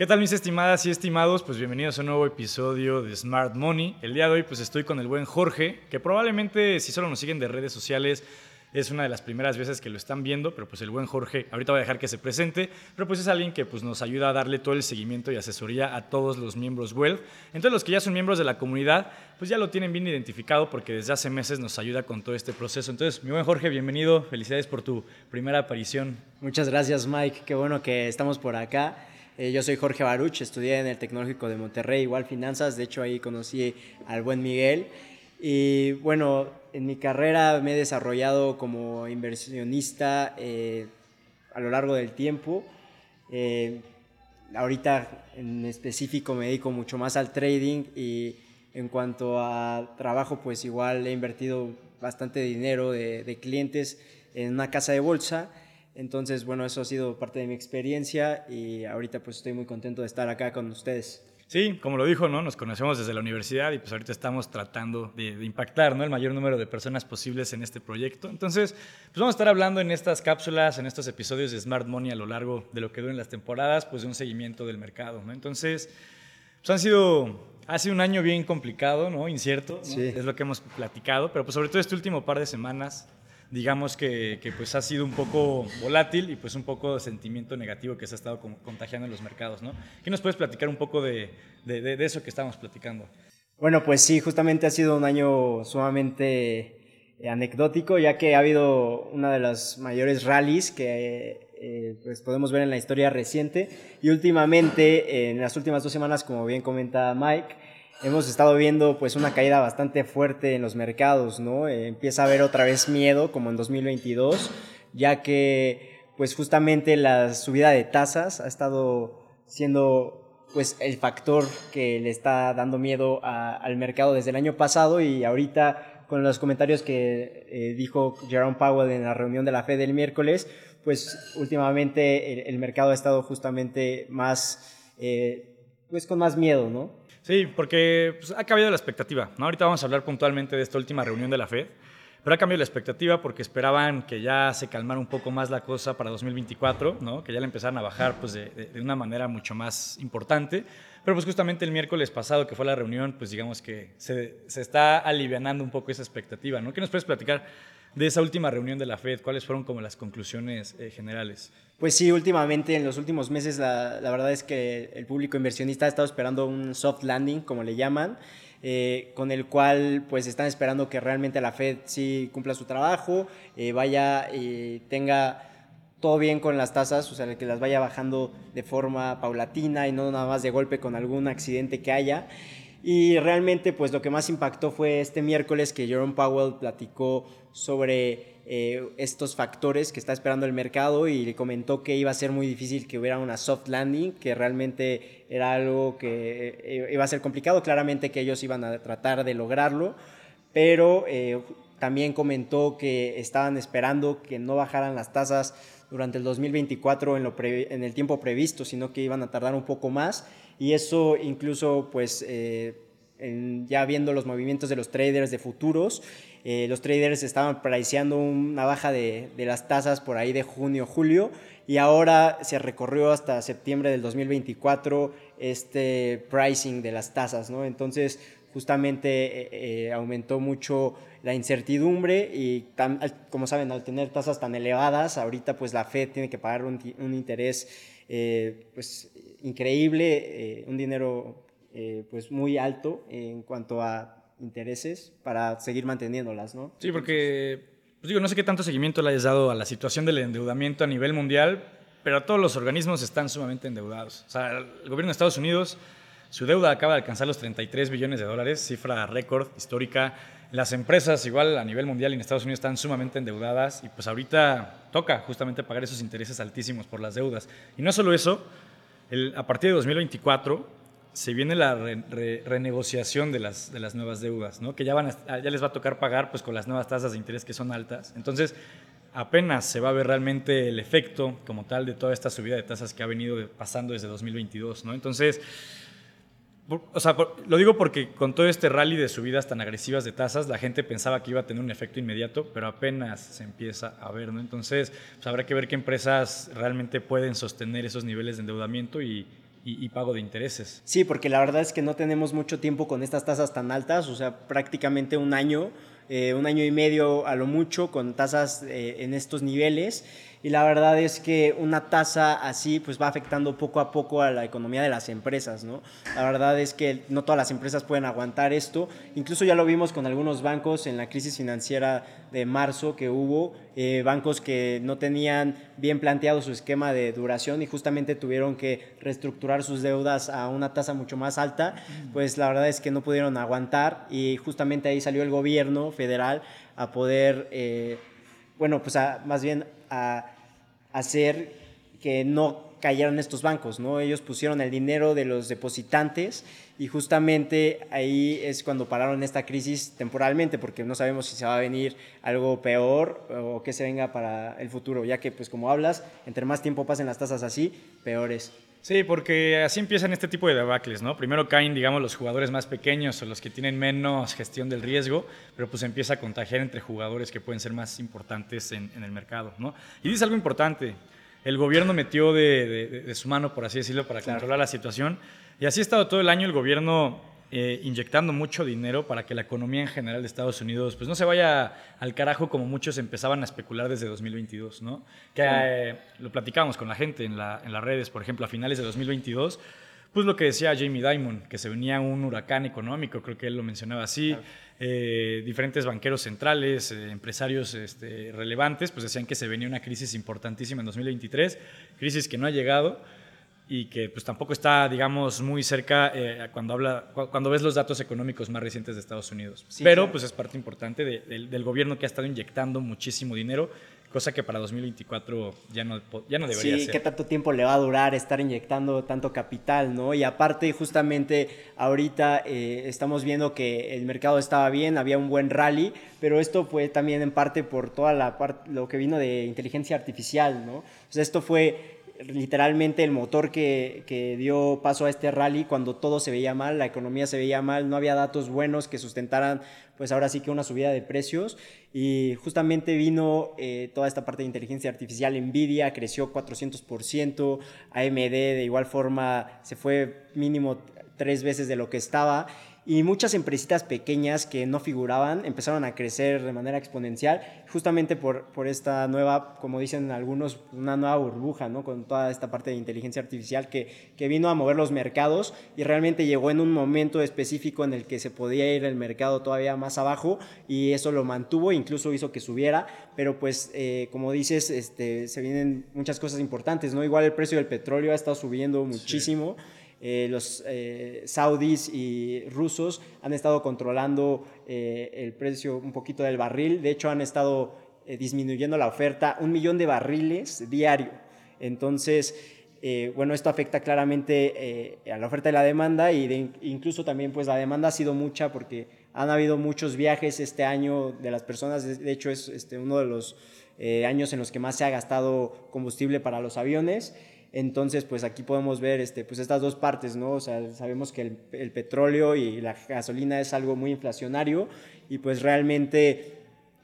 ¿Qué tal, mis estimadas y estimados? Pues bienvenidos a un nuevo episodio de Smart Money. El día de hoy pues estoy con el buen Jorge, que probablemente si solo nos siguen de redes sociales es una de las primeras veces que lo están viendo, pero pues el buen Jorge, ahorita voy a dejar que se presente, pero pues es alguien que pues nos ayuda a darle todo el seguimiento y asesoría a todos los miembros Wealth. Entonces los que ya son miembros de la comunidad, pues ya lo tienen bien identificado porque desde hace meses nos ayuda con todo este proceso. Entonces, mi buen Jorge, bienvenido, felicidades por tu primera aparición. Muchas gracias, Mike. Qué bueno que estamos por acá. Yo soy Jorge Baruch, estudié en el Tecnológico de Monterrey, igual finanzas. De hecho, ahí conocí al buen Miguel. Y bueno, en mi carrera me he desarrollado como inversionista a lo largo del tiempo. Eh, Ahorita en específico me dedico mucho más al trading y en cuanto a trabajo, pues igual he invertido bastante dinero de clientes en una casa de bolsa. Entonces, bueno, eso ha sido parte de mi experiencia y ahorita pues estoy muy contento de estar acá con ustedes. Sí, como lo dijo, ¿no? Nos conocemos desde la universidad y pues ahorita estamos tratando de impactar, ¿no? El mayor número de personas posibles en este proyecto. Entonces, pues vamos a estar hablando en estas cápsulas, en estos episodios de Smart Money a lo largo de lo que duren las temporadas, pues de un seguimiento del mercado, ¿no? Entonces, pues ha sido un año bien complicado, ¿no? Incierto, ¿no? Sí. Es lo que hemos platicado, pero pues sobre todo este último par de semanas, digamos que pues ha sido un poco volátil y pues un poco de sentimiento negativo que se ha estado contagiando en los mercados, ¿no? ¿Qué nos puedes platicar un poco de eso que estábamos platicando? Bueno, pues sí, justamente ha sido un año sumamente anecdótico, ya que ha habido una de las mayores rallies que pues podemos ver en la historia reciente. Y últimamente, en las últimas 2 semanas, como bien comenta Mike, hemos estado viendo pues una caída bastante fuerte en los mercados, ¿no? Empieza a haber otra vez miedo, como en 2022, ya que pues justamente la subida de tasas ha estado siendo pues el factor que le está dando miedo al mercado desde el año pasado, y ahorita con los comentarios que dijo Jerome Powell en la reunión de la Fed el miércoles, pues últimamente el mercado ha estado justamente más, pues con más miedo, ¿no? Sí, porque pues, ha cambiado la expectativa, ¿no? Ahorita vamos a hablar puntualmente de esta última reunión de la Fed, pero ha cambiado la expectativa porque esperaban que ya se calmara un poco más la cosa para 2024, ¿no? Que ya le empezaran a bajar pues, de una manera mucho más importante. Pero pues justamente el miércoles pasado que fue la reunión, pues digamos que se está alivianando un poco esa expectativa, ¿no? ¿Qué nos puedes platicar de esa última reunión de la Fed? ¿Cuáles fueron como las conclusiones generales? Pues sí, últimamente, en los últimos meses, la verdad es que el público inversionista ha estado esperando un soft landing, como le llaman, con el cual pues están esperando que realmente la Fed sí cumpla su trabajo, vaya y tenga todo bien con las tasas, o sea, que las vaya bajando de forma paulatina y no nada más de golpe con algún accidente que haya. Y realmente pues lo que más impactó fue este miércoles que Jerome Powell platicó sobre estos factores que está esperando el mercado, y le comentó que iba a ser muy difícil que hubiera una soft landing, que realmente era algo que iba a ser complicado, claramente que ellos iban a tratar de lograrlo, pero también comentó que estaban esperando que no bajaran las tasas durante el 2024 en el tiempo previsto, sino que iban a tardar un poco más, y eso incluso pues ya viendo los movimientos de los traders de futuros, los traders estaban priceando una baja de las tasas por ahí de junio, julio, y ahora se recorrió hasta septiembre del 2024 este pricing de las tasas, ¿no? Entonces justamente aumentó mucho la incertidumbre y como saben, al tener tasas tan elevadas, ahorita pues la Fed tiene que pagar un interés pues increíble, un dinero pues muy alto en cuanto a intereses para seguir manteniéndolas, ¿no? Sí, porque, pues digo, no sé qué tanto seguimiento le hayas dado a la situación del endeudamiento a nivel mundial, pero todos los organismos están sumamente endeudados. O sea, el gobierno de Estados Unidos, su deuda acaba de alcanzar los 33 billones de dólares, cifra récord histórica. Las empresas, igual a nivel mundial y en Estados Unidos, están sumamente endeudadas y pues ahorita toca justamente pagar esos intereses altísimos por las deudas. Y no solo eso, a partir de 2024 se viene la renegociación de las nuevas deudas, ¿no? Que ya les va a tocar pagar pues, con las nuevas tasas de interés que son altas. Entonces, apenas se va a ver realmente el efecto como tal de toda esta subida de tasas que ha venido pasando desde 2022, ¿no? Entonces, o sea, lo digo porque con todo este rally de subidas tan agresivas de tasas, la gente pensaba que iba a tener un efecto inmediato, pero apenas se empieza a ver, ¿no? Entonces, pues habrá que ver qué empresas realmente pueden sostener esos niveles de endeudamiento y y pago de intereses. Sí, porque la verdad es que no tenemos mucho tiempo con estas tasas tan altas, o sea, prácticamente un año y medio a lo mucho con tasas en estos niveles. Y la verdad es que una tasa así pues va afectando poco a poco a la economía de las empresas, ¿no? La verdad es que no todas las empresas pueden aguantar esto. Incluso ya lo vimos con algunos bancos en la crisis financiera de marzo que hubo, bancos que no tenían bien planteado su esquema de duración y justamente tuvieron que reestructurar sus deudas a una tasa mucho más alta, pues la verdad es que no pudieron aguantar y justamente ahí salió el gobierno federal a poder, bueno, pues más bien a hacer que no cayeran estos bancos, ¿no? Ellos pusieron el dinero de los depositantes y justamente ahí es cuando pararon esta crisis temporalmente, porque no sabemos si se va a venir algo peor o que se venga para el futuro, ya que, pues como hablas, entre más tiempo pasen las tasas así, peor es. Sí, porque así empiezan este tipo de debacles, ¿no? Primero caen, digamos, los jugadores más pequeños o los que tienen menos gestión del riesgo, pero pues empieza a contagiar entre jugadores que pueden ser más importantes en el mercado, ¿no? Y dice algo importante, el gobierno metió de su mano, por así decirlo, para controlar la situación, y así ha estado todo el año el gobierno inyectando mucho dinero para que la economía en general de Estados Unidos pues no se vaya al carajo como muchos empezaban a especular desde 2022, ¿no? Que lo platicábamos con la gente en las redes, por ejemplo, a finales de 2022, pues lo que decía Jamie Dimon, que se venía un huracán económico, creo que él lo mencionaba así, claro. Diferentes banqueros centrales, empresarios relevantes, pues decían que se venía una crisis importantísima en 2023, crisis que no ha llegado, y que pues tampoco está, digamos, muy cerca cuando ves los datos económicos más recientes de Estados Unidos. Sí, pero claro, pues es parte importante del gobierno que ha estado inyectando muchísimo dinero, cosa que para 2024 ya no debería ser. Sí, ¿qué tanto tiempo le va a durar estar inyectando tanto capital, no? Y aparte, justamente ahorita estamos viendo que el mercado estaba bien, había un buen rally, pero esto fue también en parte por toda lo que vino de inteligencia artificial, ¿no? O sea, esto fue literalmente el motor que dio paso a este rally cuando todo se veía mal, la economía se veía mal, no había datos buenos que sustentaran pues ahora sí que una subida de precios y justamente vino toda esta parte de inteligencia artificial. Nvidia creció 400%, AMD de igual forma se fue mínimo 3 veces de lo que estaba. Y muchas empresitas pequeñas que no figuraban empezaron a crecer de manera exponencial justamente por esta nueva, como dicen algunos, una nueva burbuja, ¿no? Con toda esta parte de inteligencia artificial que vino a mover los mercados y realmente llegó en un momento específico en el que se podía ir el mercado todavía más abajo y eso lo mantuvo, incluso hizo que subiera, pero pues como dices, se vienen muchas cosas importantes, ¿no? Igual el precio del petróleo ha estado subiendo muchísimo. Sí. Los saudis y rusos han estado controlando el precio un poquito del barril. De hecho, han estado disminuyendo la oferta 1 millón de barriles diario. Entonces, bueno, esto afecta claramente a la oferta y la demanda y incluso también pues la demanda ha sido mucha porque han habido muchos viajes este año de las personas. De hecho, es uno de los años en los que más se ha gastado combustible para los aviones. Entonces, pues aquí podemos ver pues estas dos partes, ¿no? O sea, sabemos que el petróleo y la gasolina es algo muy inflacionario y pues realmente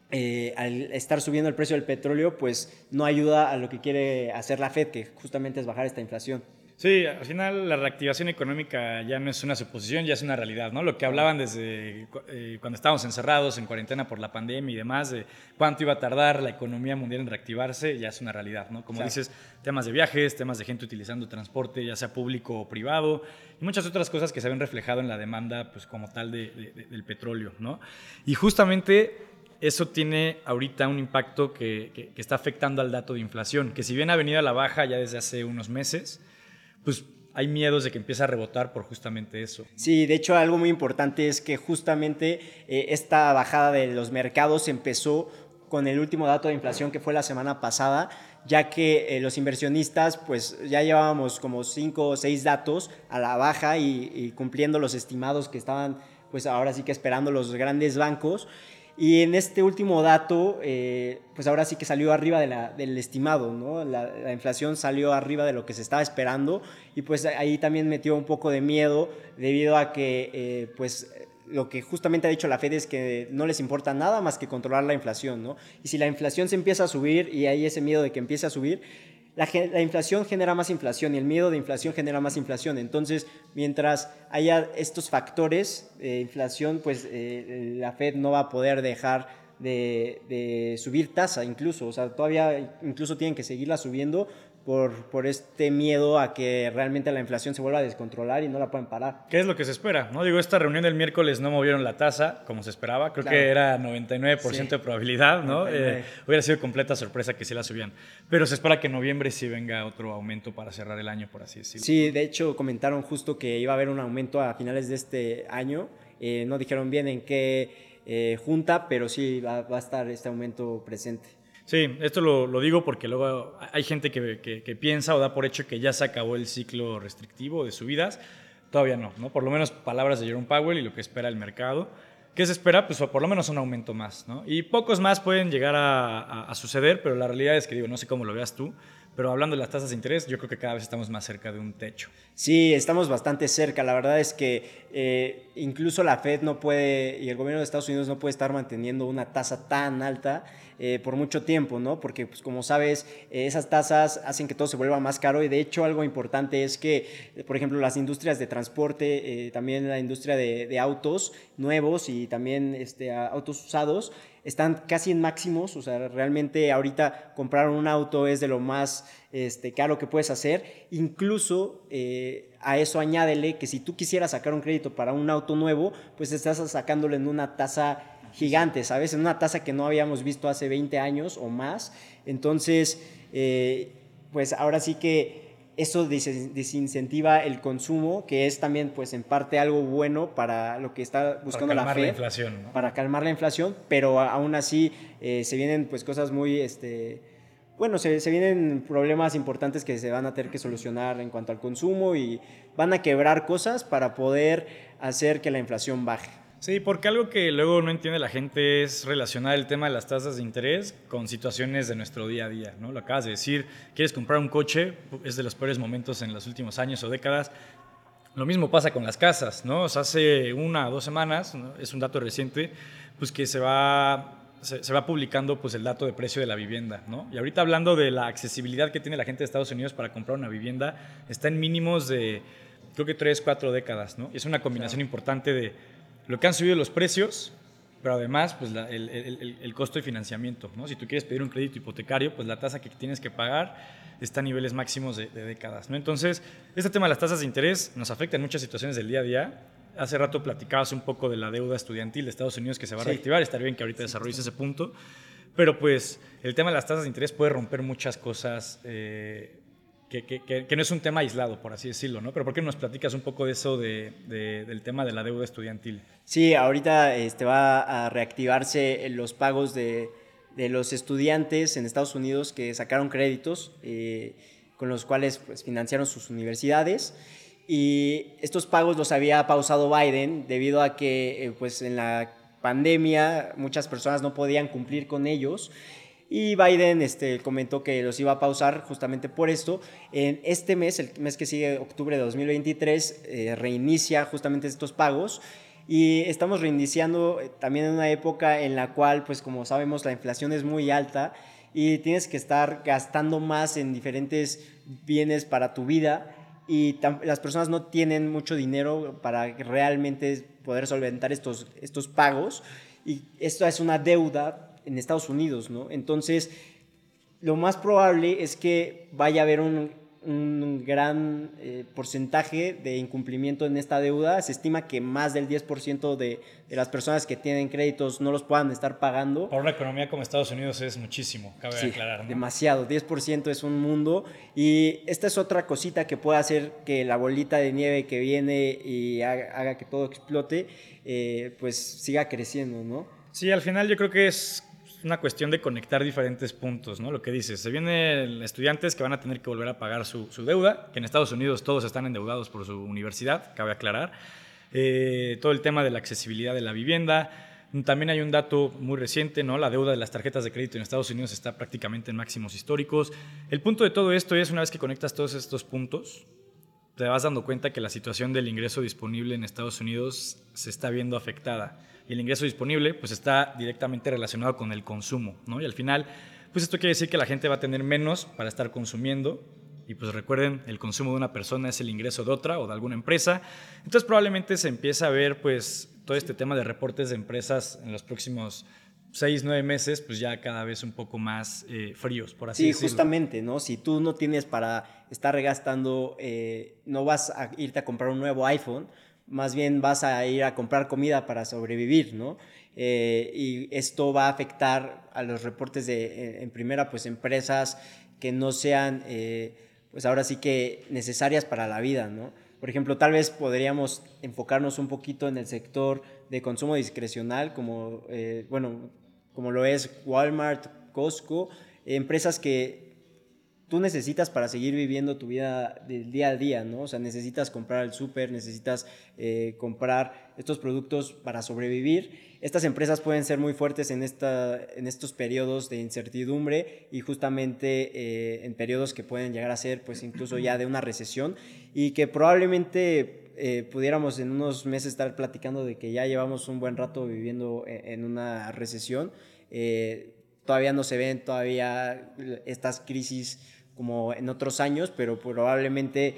al estar subiendo el precio del petróleo, pues no ayuda a lo que quiere hacer la Fed, que justamente es bajar esta inflación. Sí, al final la reactivación económica ya no es una suposición, ya es una realidad, ¿no? Lo que hablaban desde cuando estábamos encerrados en cuarentena por la pandemia y demás, de cuánto iba a tardar la economía mundial en reactivarse, ya es una realidad, ¿no? Como dices, temas de viajes, temas de gente utilizando transporte, ya sea público o privado, y muchas otras cosas que se ven reflejado en la demanda, pues como tal, del petróleo, ¿no? Y justamente eso tiene ahorita un impacto que está afectando al dato de inflación, que si bien ha venido a la baja ya desde hace unos meses, pues hay miedos de que empiece a rebotar por justamente eso. Sí, de hecho algo muy importante es que justamente esta bajada de los mercados empezó con el último dato de inflación que fue la semana pasada, ya que los inversionistas pues ya llevábamos como 5 o 6 datos a la baja y cumpliendo los estimados que estaban pues ahora sí que esperando los grandes bancos. Y en este último dato, pues ahora sí que salió arriba del estimado, ¿no? La inflación salió arriba de lo que se estaba esperando y pues ahí también metió un poco de miedo debido a que, pues lo que justamente ha dicho la Fed es que no les importa nada más que controlar la inflación, ¿no? Y si la inflación se empieza a subir y hay ese miedo de que empiece a subir, la inflación genera más inflación y el miedo de inflación genera más inflación. Entonces, mientras haya estos factores de inflación, pues la Fed no va a poder dejar de subir tasa incluso. O sea, todavía incluso tienen que seguirla subiendo por este miedo a que realmente la inflación se vuelva a descontrolar y no la pueden parar. ¿Qué es lo que se espera? ¿No? Digo, esta reunión del miércoles no movieron la tasa como se esperaba. Creo que era 99% de probabilidad, ¿no? Hubiera sido completa sorpresa que sí la subían. Pero se espera que en noviembre sí venga otro aumento para cerrar el año, por así decirlo. Sí, de hecho comentaron justo que iba a haber un aumento a finales de este año. No dijeron bien en qué junta, pero sí va a estar este aumento presente. Sí, esto lo digo porque luego hay gente que piensa o da por hecho que ya se acabó el ciclo restrictivo de subidas. Todavía no, ¿no? Por lo menos palabras de Jerome Powell y lo que espera el mercado. ¿Qué se espera? Pues por lo menos un aumento más, ¿no? Y pocos más pueden llegar a suceder, pero la realidad es que, digo, no sé cómo lo veas tú, pero hablando de las tasas de interés, yo creo que cada vez estamos más cerca de un techo. Sí, estamos bastante cerca. La verdad es que incluso la Fed no puede, y el gobierno de Estados Unidos no puede estar manteniendo una tasa tan alta por mucho tiempo, ¿no? Porque, pues, como sabes, esas tasas hacen que todo se vuelva más caro y de hecho algo importante es que, por ejemplo, las industrias de transporte, también la industria de autos nuevos y también autos usados, están casi en máximos. O sea, realmente ahorita comprar un auto es de lo más caro que puedes hacer. Incluso a eso añádele que si tú quisieras sacar un crédito para un auto nuevo, pues estás sacándolo en una tasa gigante, ¿sabes? En una tasa que no habíamos visto hace 20 años o más. Entonces, pues ahora sí que eso desincentiva el consumo, que es también, pues, en parte algo bueno para lo que está buscando la Fed. Para calmar la inflación, ¿no? Para calmar la inflación, pero aún así se vienen, pues, cosas muy, bueno, se vienen problemas importantes que se van a tener que solucionar en cuanto al consumo y van a quebrar cosas para poder hacer que la inflación baje. Sí, porque algo que luego no entiende la gente es relacionar el tema de las tasas de interés con situaciones de nuestro día a día, ¿no? Lo acabas de decir, quieres comprar un coche, es de los peores momentos en los últimos años o décadas. Lo mismo pasa con las casas, ¿no? O sea, hace 1 o 2 semanas, ¿no? Es un dato reciente, pues que se va publicando, pues, el dato de precio de la vivienda, ¿no? Y ahorita, hablando de la accesibilidad que tiene la gente de Estados Unidos para comprar una vivienda, está en mínimos de, creo que 3, 4 décadas, ¿no? Y es una combinación importante de lo que han subido los precios, pero además, pues, el costo de financiamiento, ¿no? Si tú quieres pedir un crédito hipotecario, pues la tasa que tienes que pagar está a niveles máximos de décadas, ¿no? Entonces, este tema de las tasas de interés nos afecta en muchas situaciones del día a día. Hace rato platicabas un poco de la deuda estudiantil de Estados Unidos que se va a reactivar. Estaría bien que ahorita desarrolles ese punto. Pero, pues, el tema de las tasas de interés puede romper muchas cosas que no es un tema aislado, por así decirlo, ¿no? Pero ¿por qué no nos platicas un poco de eso del tema de la deuda estudiantil? Sí, ahorita va a reactivarse los pagos de los estudiantes en Estados Unidos que sacaron créditos con los cuales, pues, financiaron sus universidades. Y estos pagos los había pausado Biden debido a que, pues, en la pandemia muchas personas no podían cumplir con ellos. Y Biden comentó que los iba a pausar justamente por esto. En este mes, el mes que sigue, octubre de 2023, reinicia justamente estos pagos. Y estamos reiniciando también en una época en la cual, pues, como sabemos, la inflación es muy alta y tienes que estar gastando más en diferentes bienes para tu vida. Y las personas no tienen mucho dinero para realmente poder solventar estos pagos. Y esto es una deuda en Estados Unidos, ¿no? Entonces, lo más probable es que vaya a haber un gran porcentaje de incumplimiento en esta deuda. Se estima que más del 10% de las personas que tienen créditos no los puedan estar pagando. Para una economía como Estados Unidos es muchísimo, cabe aclarar, ¿no? Demasiado, 10% es un mundo. Y esta es otra cosita que puede hacer que la bolita de nieve que viene y haga que todo explote, pues siga creciendo, ¿no? Sí, al final yo creo que es una cuestión de conectar diferentes puntos, ¿no? Lo que dices, se vienen estudiantes que van a tener que volver a pagar su deuda, que en Estados Unidos todos están endeudados por su universidad, cabe aclarar. Todo el tema de la accesibilidad de la vivienda. También hay un dato muy reciente, ¿no? La deuda de las tarjetas de crédito en Estados Unidos está prácticamente en máximos históricos. El punto de todo esto es, una vez que conectas todos estos puntos, te vas dando cuenta que la situación del ingreso disponible en Estados Unidos se está viendo afectada. Y el ingreso disponible, pues, está directamente relacionado con el consumo, ¿no? Y al final, pues esto quiere decir que la gente va a tener menos para estar consumiendo. Y pues recuerden, el consumo de una persona es el ingreso de otra o de alguna empresa. Entonces probablemente se empieza a ver pues todo este tema de reportes de empresas en los próximos 6-9 meses, pues ya cada vez un poco más fríos, por así decirlo. Sí, justamente, ¿no? Si tú no tienes para estar gastando, no vas a irte a comprar un nuevo iPhone, más bien vas a ir a comprar comida para sobrevivir, ¿no? Y esto va a afectar a los reportes en primera, pues empresas que no sean, pues ahora sí que necesarias para la vida, ¿no? Por ejemplo, tal vez podríamos enfocarnos un poquito en el sector de consumo discrecional, como, bueno, como lo es Walmart, Costco, empresas que tú necesitas para seguir viviendo tu vida del día a día, ¿no? O sea, necesitas comprar el súper, necesitas comprar estos productos para sobrevivir. Estas empresas pueden ser muy fuertes en estos periodos de incertidumbre y justamente en periodos que pueden llegar a ser pues incluso ya de una recesión y que probablemente pudiéramos en unos meses estar platicando de que ya llevamos un buen rato viviendo en una recesión. Todavía no se ven todavía estas crisis como en otros años, pero probablemente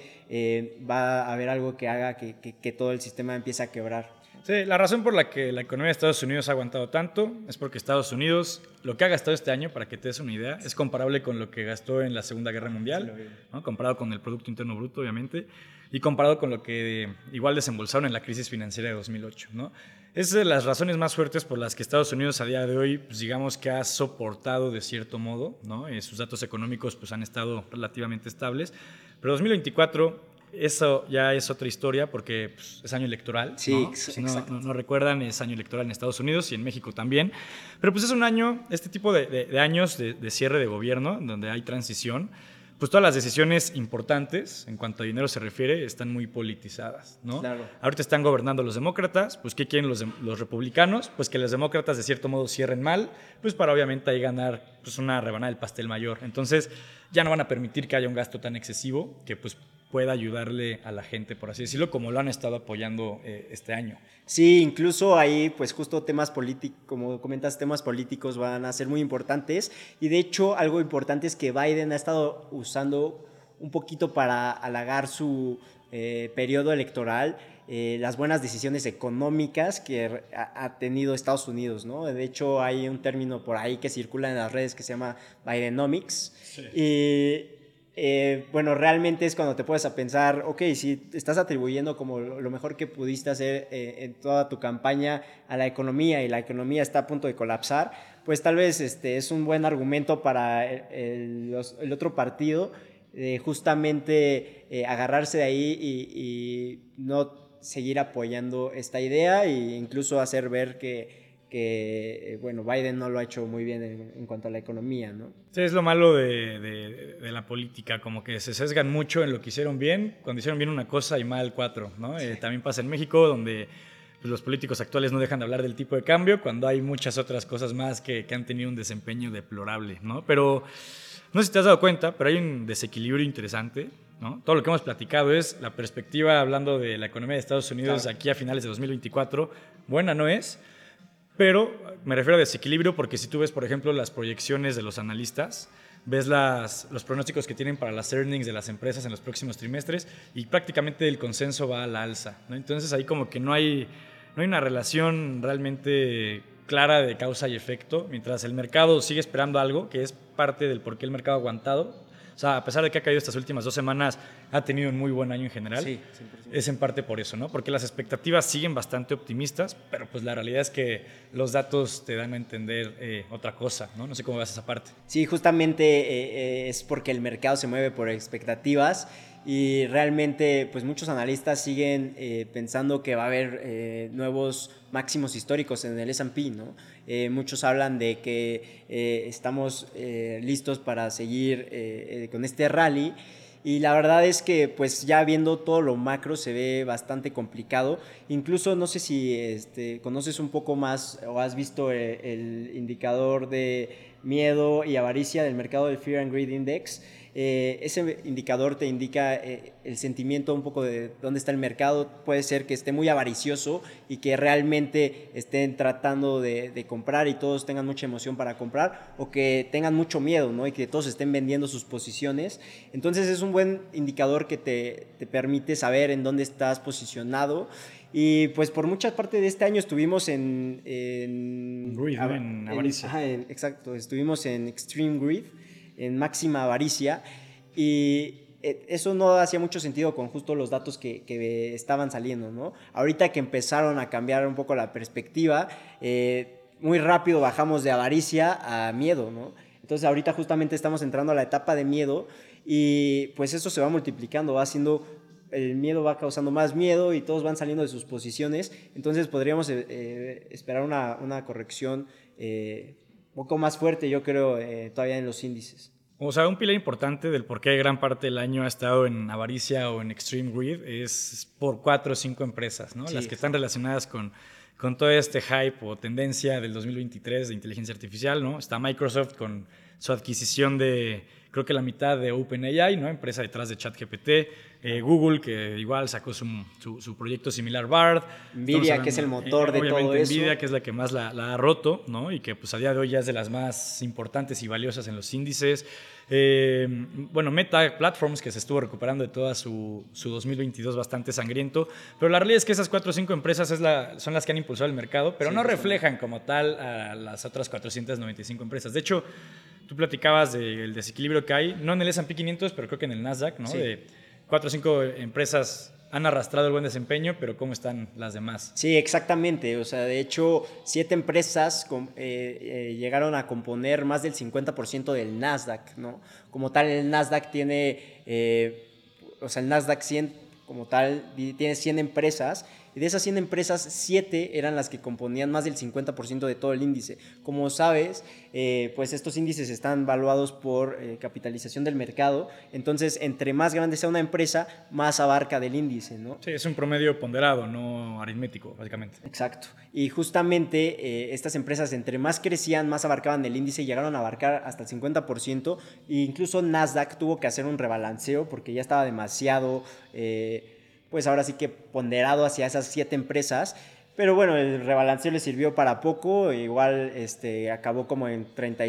va a haber algo que haga que todo el sistema empiece a quebrar. Sí, la razón por la que la economía de Estados Unidos ha aguantado tanto es porque Estados Unidos, lo que ha gastado este año, para que te des una idea, es comparable con lo que gastó en la Segunda Guerra Mundial, ¿no? Comparado con el Producto Interno Bruto, obviamente, y comparado con lo que igual desembolsaron en la crisis financiera de 2008, ¿no? Es de las razones más fuertes por las que Estados Unidos a día de hoy, pues digamos que ha soportado de cierto modo, ¿no? Sus datos económicos pues han estado relativamente estables, pero 2024 eso ya es otra historia porque pues, es año electoral, sí, ¿no? Si no recuerdan, es año electoral en Estados Unidos y en México también. Pero pues es un año, este tipo de años de cierre de gobierno, donde hay transición, pues todas las decisiones importantes en cuanto a dinero se refiere están muy politizadas, ¿no? Claro. Ahorita están gobernando los demócratas, pues ¿qué quieren los republicanos? Pues que los demócratas de cierto modo cierren mal, pues para obviamente ahí ganar pues una rebanada del pastel mayor. Entonces ya no van a permitir que haya un gasto tan excesivo que pues pueda ayudarle a la gente, por así decirlo, como lo han estado apoyando este año. Sí, incluso ahí, pues justo temas políticos, como comentas, temas políticos van a ser muy importantes. Y de hecho, algo importante es que Biden ha estado usando un poquito para halagar su periodo electoral, las buenas decisiones económicas que ha tenido Estados Unidos, ¿no? De hecho, hay un término por ahí que circula en las redes que se llama Bidenomics. Sí. Y bueno, realmente es cuando te puedes a pensar, ok, si estás atribuyendo como lo mejor que pudiste hacer en toda tu campaña a la economía y la economía está a punto de colapsar, pues tal vez es un buen argumento para el otro partido justamente agarrarse de ahí y no seguir apoyando esta idea e incluso hacer ver que bueno, Biden no lo ha hecho muy bien en cuanto a la economía, ¿no? Sí, es lo malo de la política, como que se sesgan mucho en lo que hicieron bien, cuando hicieron bien una cosa y mal cuatro, ¿no? Sí. También pasa en México, donde pues, los políticos actuales no dejan de hablar del tipo de cambio, cuando hay muchas otras cosas más que han tenido un desempeño deplorable, ¿no? Pero no sé si te has dado cuenta, pero hay un desequilibrio interesante, ¿no? Todo lo que hemos platicado es la perspectiva, hablando de la economía de Estados Unidos, claro, aquí a finales de 2024, buena no es. Pero me refiero a desequilibrio porque si tú ves, por ejemplo, las proyecciones de los analistas, ves los pronósticos que tienen para las earnings de las empresas en los próximos trimestres y prácticamente el consenso va a la alza, ¿no? Entonces ahí como que no hay una relación realmente clara de causa y efecto, mientras el mercado sigue esperando algo, que es parte del por qué el mercado ha aguantado. O sea, a pesar de que ha caído estas últimas 2 semanas, ha tenido un muy buen año en general. Sí, 100%. Es en parte por eso, ¿no? Porque las expectativas siguen bastante optimistas, pero pues la realidad es que los datos te dan a entender otra cosa, ¿no? No sé cómo vas a esa parte. Sí, justamente es porque el mercado se mueve por expectativas y realmente pues muchos analistas siguen pensando que va a haber nuevos máximos históricos en el S&P, ¿no? Muchos hablan de que estamos listos para seguir con este rally y la verdad es que pues ya viendo todo lo macro se ve bastante complicado. Incluso no sé si conoces un poco más o has visto el indicador de miedo y avaricia del mercado del Fear and Greed Index. ese indicador te indica el sentimiento un poco de dónde está el mercado. Puede ser que esté muy avaricioso y que realmente estén tratando de comprar y todos tengan mucha emoción para comprar, o que tengan mucho miedo, ¿no? Y que todos estén vendiendo sus posiciones. Entonces es un buen indicador que te permite saber en dónde estás posicionado. Y pues por mucha parte de este año estuvimos en Greed, ¿no? En avaricia. Exacto, estuvimos en Extreme Greed, en máxima avaricia, y eso no hacía mucho sentido con justo los datos que estaban saliendo, ¿no? Ahorita que empezaron a cambiar un poco la perspectiva, muy rápido bajamos de avaricia a miedo, ¿no? Entonces ahorita justamente estamos entrando a la etapa de miedo, y pues eso se va multiplicando, va haciendo, el miedo va causando más miedo y todos van saliendo de sus posiciones. Entonces podríamos esperar una corrección un poco más fuerte, yo creo, todavía en los índices. O sea, un pilar importante del por qué gran parte del año ha estado en avaricia o en extreme greed es por 4 o 5 empresas, ¿no? Sí, Las que están relacionadas con todo este hype o tendencia del 2023 de inteligencia artificial, ¿no? Está Microsoft con su adquisición de, creo que la mitad de OpenAI, ¿no? Empresa detrás de ChatGPT. Google, que igual sacó su proyecto similar, Bard. Nvidia, que es el motor de todo eso. Nvidia, que es la que más la ha roto, ¿no? Y que pues a día de hoy ya es de las más importantes y valiosas en los índices. Bueno, Meta Platforms, que se estuvo recuperando de toda su 2022 bastante sangriento, pero la realidad es que esas 4 o 5 empresas son las que han impulsado el mercado, pero sí, no reflejan como tal a las otras 495 empresas. De hecho, tú platicabas del desequilibrio que hay, no en el S&P 500, pero creo que en el Nasdaq, ¿no? Sí. De 4 o 5 empresas han arrastrado el buen desempeño, pero ¿cómo están las demás? Sí, exactamente. O sea, de hecho, 7 empresas llegaron a componer más del 50% del Nasdaq, ¿no? Como tal, el Nasdaq tiene, o sea, el Nasdaq 100 como tal tiene 100 empresas, y de esas 100 empresas, 7 eran las que componían más del 50% de todo el índice. Como sabes, pues estos índices están valuados por capitalización del mercado, entonces entre más grande sea una empresa, más abarca del índice, ¿no? Sí, es un promedio ponderado, no aritmético, básicamente. Exacto. Y justamente estas empresas, entre más crecían, más abarcaban el índice y llegaron a abarcar hasta el 50%, e incluso Nasdaq tuvo que hacer un rebalanceo porque ya estaba demasiado... pues ahora sí que ponderado hacia esas 7 empresas, pero bueno, el rebalanceo le sirvió para poco, igual acabó como en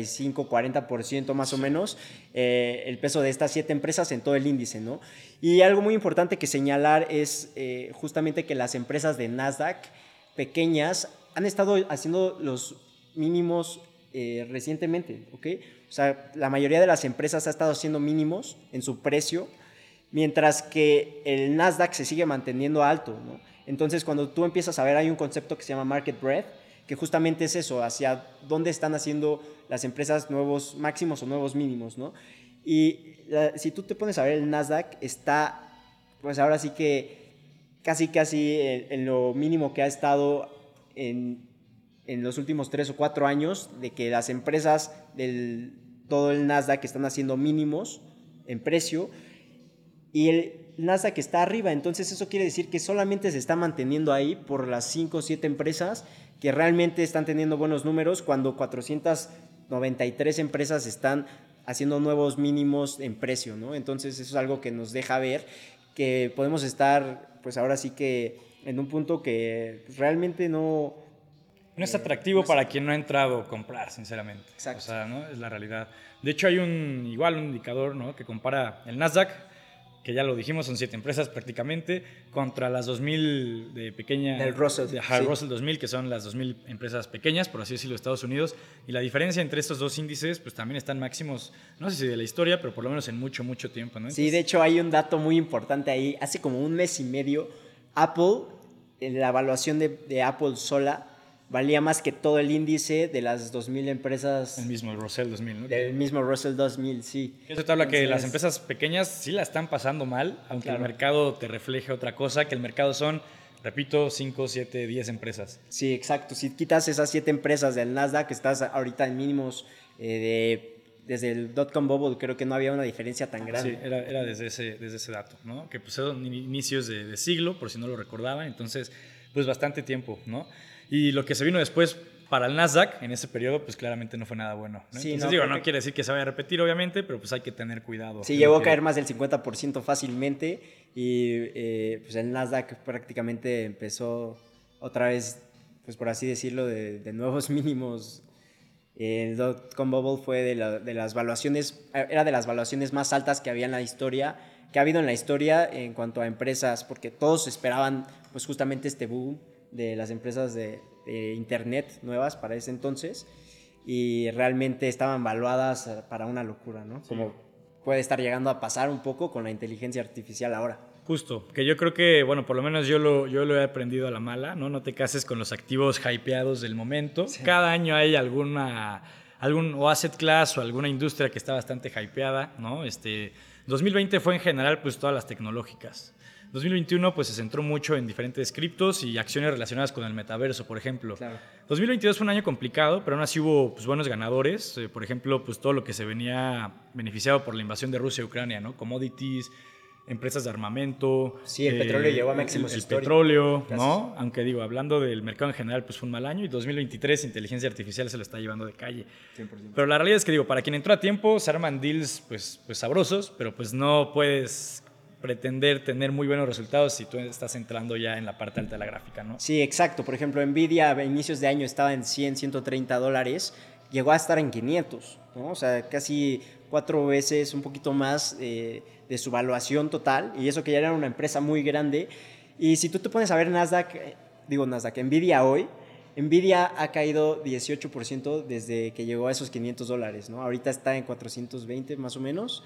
35-40% más o menos el peso de estas 7 empresas en todo el índice, ¿no? Y algo muy importante que señalar es justamente que las empresas de Nasdaq pequeñas han estado haciendo los mínimos recientemente, ¿ok? O sea, la mayoría de las empresas ha estado haciendo mínimos en su precio, mientras que el Nasdaq se sigue manteniendo alto, ¿no? Entonces, cuando tú empiezas a ver, hay un concepto que se llama market breadth, que justamente es eso, hacia dónde están haciendo las empresas nuevos máximos o nuevos mínimos, ¿no? Y si tú te pones a ver, el Nasdaq está, pues ahora sí que casi en lo mínimo que ha estado en los últimos 3 o 4 años, de que las empresas del todo el Nasdaq están haciendo mínimos en precio, y el Nasdaq está arriba. Entonces eso quiere decir que solamente se está manteniendo ahí por las 5 o 7 empresas que realmente están teniendo buenos números, cuando 493 empresas están haciendo nuevos mínimos en precio, ¿no? Entonces eso es algo que nos deja ver que podemos estar, pues ahora sí que en un punto que realmente no es atractivo para quien no ha entrado a comprar, sinceramente. Exacto. O sea, ¿no? Es la realidad. De hecho, hay un indicador, ¿no? Que compara el Nasdaq, que ya lo dijimos, son 7 empresas prácticamente, contra las 2000 de pequeña... Del Russell. Sí. Russell 2000, que son las 2000 empresas pequeñas, por así decirlo, de Estados Unidos. Y la diferencia entre estos dos índices, pues también están máximos, no sé si de la historia, pero por lo menos en mucho, mucho tiempo, ¿no? Entonces, sí, de hecho hay un dato muy importante ahí. Hace como un mes y medio, Apple, en la evaluación de Apple sola, valía más que todo el índice de las 2000 empresas. El mismo Russell 2000, ¿no? El mismo Russell 2000, sí. Eso te habla que las empresas pequeñas sí la están pasando mal, aunque claro, el mercado te refleje otra cosa, que el mercado son, repito, 5, 7, 10 empresas. Sí, exacto. Si quitas esas 7 empresas del Nasdaq, estás ahorita en mínimos desde el .com bubble, creo que no había una diferencia tan grande. Sí, era desde ese dato, ¿no? Que pues eran inicios de siglo, por si no lo recordaban, entonces pues bastante tiempo, ¿no? Y lo que se vino después, para el Nasdaq en ese periodo, pues claramente no fue nada bueno, ¿no? Sí, Entonces no quiere decir que se vaya a repetir, obviamente, pero pues hay que tener cuidado. Sí, llegó a caer más del 50% fácilmente y pues el Nasdaq prácticamente empezó otra vez, pues por así decirlo, de nuevos mínimos. El dot-com bubble fue de las valuaciones, era de las valuaciones más altas que había en la historia, que ha habido en la historia en cuanto a empresas, porque todos esperaban pues justamente este boom de las empresas de internet nuevas para ese entonces, y realmente estaban valuadas para una locura, ¿no? Sí. Como puede estar llegando a pasar un poco con la inteligencia artificial ahora. Justo, que yo creo que, bueno, por lo menos yo lo he aprendido a la mala, ¿no? No te cases con los activos hypeados del momento. Sí. Cada año hay algún o asset class o alguna industria que está bastante hypeada, ¿no? 2020 fue en general pues todas las tecnológicas. 2021 pues se centró mucho en diferentes criptos y acciones relacionadas con el metaverso, por ejemplo. Claro. 2022 fue un año complicado, pero aún así hubo pues, buenos ganadores. Por ejemplo, pues todo lo que se venía beneficiado por la invasión de Rusia a Ucrania, ¿no? Commodities, empresas de armamento. Sí, el petróleo llegó a máximos históricos. El petróleo, ¿no? Aunque digo, hablando del mercado en general, pues fue un mal año, y 2023 inteligencia artificial se lo está llevando de calle. 100%. Pero la realidad es que digo, para quien entró a tiempo, se arman deals pues sabrosos, pero pues no puedes pretender tener muy buenos resultados si tú estás entrando ya en la parte alta de la gráfica, ¿no? Sí, exacto. Por ejemplo, Nvidia a inicios de año estaba en 100, $130, llegó a estar en 500, ¿no? O sea, casi 4 veces, un poquito más de su valuación total, y eso que ya era una empresa muy grande. Y si tú te pones a ver Nvidia hoy, Nvidia ha caído 18% desde que llegó a esos $500, ¿no? Ahorita está en 420 más o menos.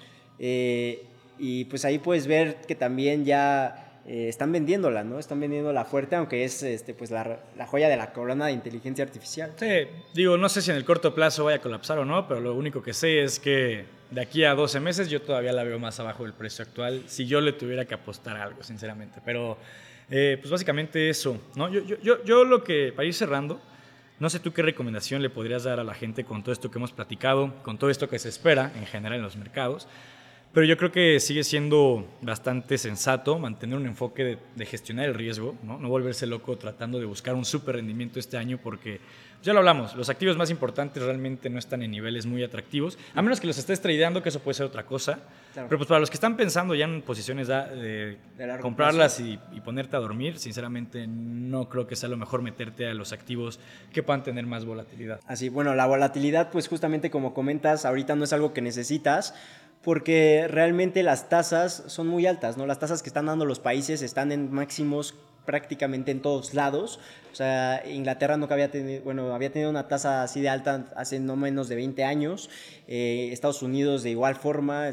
Y pues ahí puedes ver que también ya están vendiéndola, ¿no? Están vendiéndola fuerte, aunque es pues la joya de la corona de inteligencia artificial. Sí, digo, no sé si en el corto plazo vaya a colapsar o no, pero lo único que sé es que de aquí a 12 meses yo todavía la veo más abajo del precio actual, si yo le tuviera que apostar a algo, sinceramente. Pero pues básicamente eso, ¿no? Yo lo que, para ir cerrando, no sé tú qué recomendación le podrías dar a la gente con todo esto que hemos platicado, con todo esto que se espera en general en los mercados. Pero yo creo que sigue siendo bastante sensato mantener un enfoque de gestionar el riesgo, ¿no? No volverse loco tratando de buscar un súper rendimiento este año, porque ya lo hablamos, los activos más importantes realmente no están en niveles muy atractivos, a menos que los estés tradeando, que eso puede ser otra cosa. Claro. Pero pues para los que están pensando ya en posiciones de comprarlas y ponerte a dormir, sinceramente no creo que sea lo mejor meterte a los activos que puedan tener más volatilidad. Así, bueno, la volatilidad, pues justamente como comentas, ahorita no es algo que necesitas, porque realmente las tasas son muy altas, ¿no? Las tasas que están dando los países están en máximos prácticamente en todos lados. O sea, Inglaterra nunca había tenido una tasa así de alta hace no menos de 20 años. Estados Unidos de igual forma,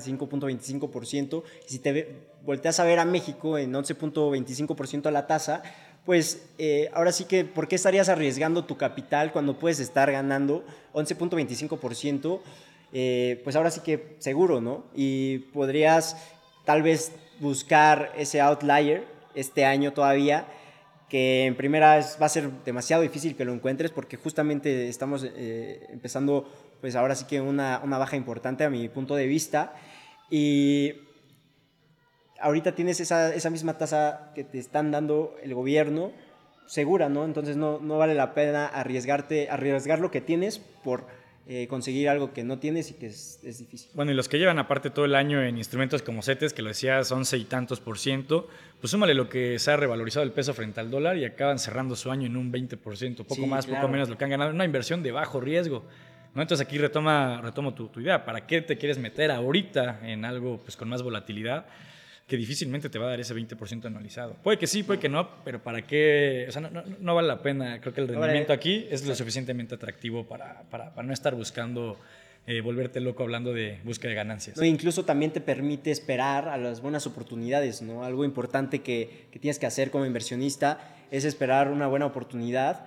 5.25%. Y si te volteas a ver a México en 11.25% la tasa, pues ahora sí que, ¿por qué estarías arriesgando tu capital cuando puedes estar ganando 11.25%? Pues ahora sí que seguro, ¿no? Y podrías tal vez buscar ese outlier este año todavía, que en primera va a ser demasiado difícil que lo encuentres, porque justamente estamos empezando, pues ahora sí que una baja importante a mi punto de vista, y ahorita tienes esa misma tasa que te están dando el gobierno segura, ¿no? Entonces no vale la pena arriesgar lo que tienes por conseguir algo que no tienes y que es difícil. Bueno, y los que llevan aparte todo el año en instrumentos como CETES, que lo decías, 11 y tantos %, pues súmale lo que se ha revalorizado el peso frente al dólar y acaban cerrando su año en un 20%, poco sí, más, claro, poco menos lo que han ganado, una inversión de bajo riesgo, ¿no? Entonces aquí retomo tu idea, ¿para qué te quieres meter ahorita en algo pues con más volatilidad que difícilmente te va a dar ese 20% anualizado? Puede que sí, puede que no, pero ¿para qué? O sea, no vale la pena. Creo que el rendimiento aquí es lo suficientemente atractivo para no estar buscando volverte loco hablando de búsqueda de ganancias. No, incluso también te permite esperar a las buenas oportunidades, ¿no? Algo importante que tienes que hacer como inversionista es esperar una buena oportunidad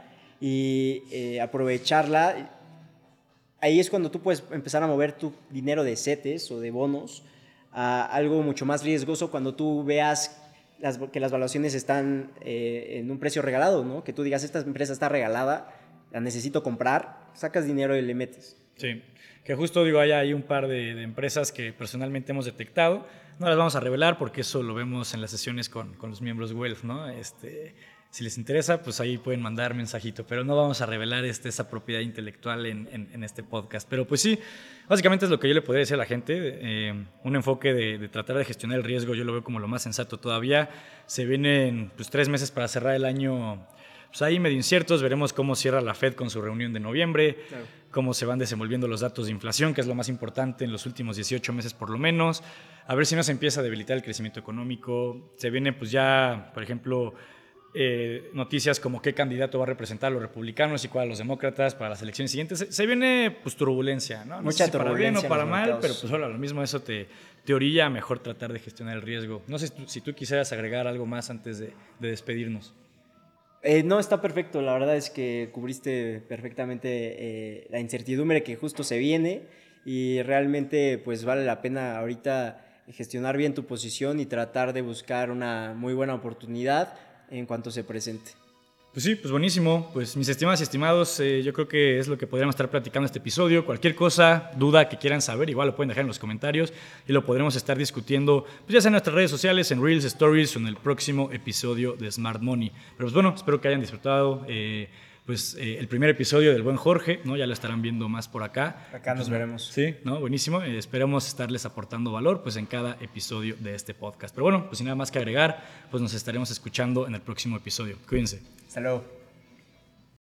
y aprovecharla. Ahí es cuando tú puedes empezar a mover tu dinero de CETES o de bonos a algo mucho más riesgoso, cuando tú veas que las valuaciones están en un precio regalado, ¿no? Que tú digas, esta empresa está regalada, la necesito comprar, sacas dinero y le metes. Sí, que justo digo, hay ahí un par de empresas que personalmente hemos detectado. No las vamos a revelar porque eso lo vemos en las sesiones con los miembros Wealth, ¿no? Si les interesa, pues ahí pueden mandar mensajito, pero no vamos a revelar esa propiedad intelectual en este podcast. Pero pues sí, básicamente es lo que yo le podría decir a la gente, un enfoque de tratar de gestionar el riesgo, yo lo veo como lo más sensato todavía. Se vienen pues 3 meses para cerrar el año, pues ahí medio inciertos, veremos cómo cierra la Fed con su reunión de noviembre, claro, cómo se van desenvolviendo los datos de inflación, que es lo más importante en los últimos 18 meses por lo menos, a ver si no se empieza a debilitar el crecimiento económico. Se viene pues ya, por ejemplo, noticias como qué candidato va a representar a los republicanos y cuál a los demócratas para las elecciones siguientes. Se viene pues turbulencia, ¿no? Mucha sé si turbulencia para bien o para mal, mercados. pero pues ahora lo mismo eso te orilla a mejor tratar de gestionar el riesgo. No sé si tú quisieras agregar algo más antes de despedirnos. No, está perfecto. La verdad es que cubriste perfectamente la incertidumbre que justo se viene y realmente pues vale la pena ahorita gestionar bien tu posición y tratar de buscar una muy buena oportunidad en cuanto se presente. Pues sí, pues buenísimo. Pues mis estimadas y estimados, yo creo que es lo que podríamos estar platicando en este episodio. Cualquier cosa, duda que quieran saber, igual lo pueden dejar en los comentarios y lo podremos estar discutiendo, pues ya sea en nuestras redes sociales, en Reels, Stories o en el próximo episodio de Smart Money. Pero pues bueno, espero que hayan disfrutado el primer episodio del buen Jorge, ¿no? Ya lo estarán viendo más por acá. Acá nos veremos. Sí, ¿no? Buenísimo. Esperemos estarles aportando valor pues en cada episodio de este podcast. Pero bueno, pues sin nada más que agregar, pues nos estaremos escuchando en el próximo episodio. Cuídense. Hasta luego.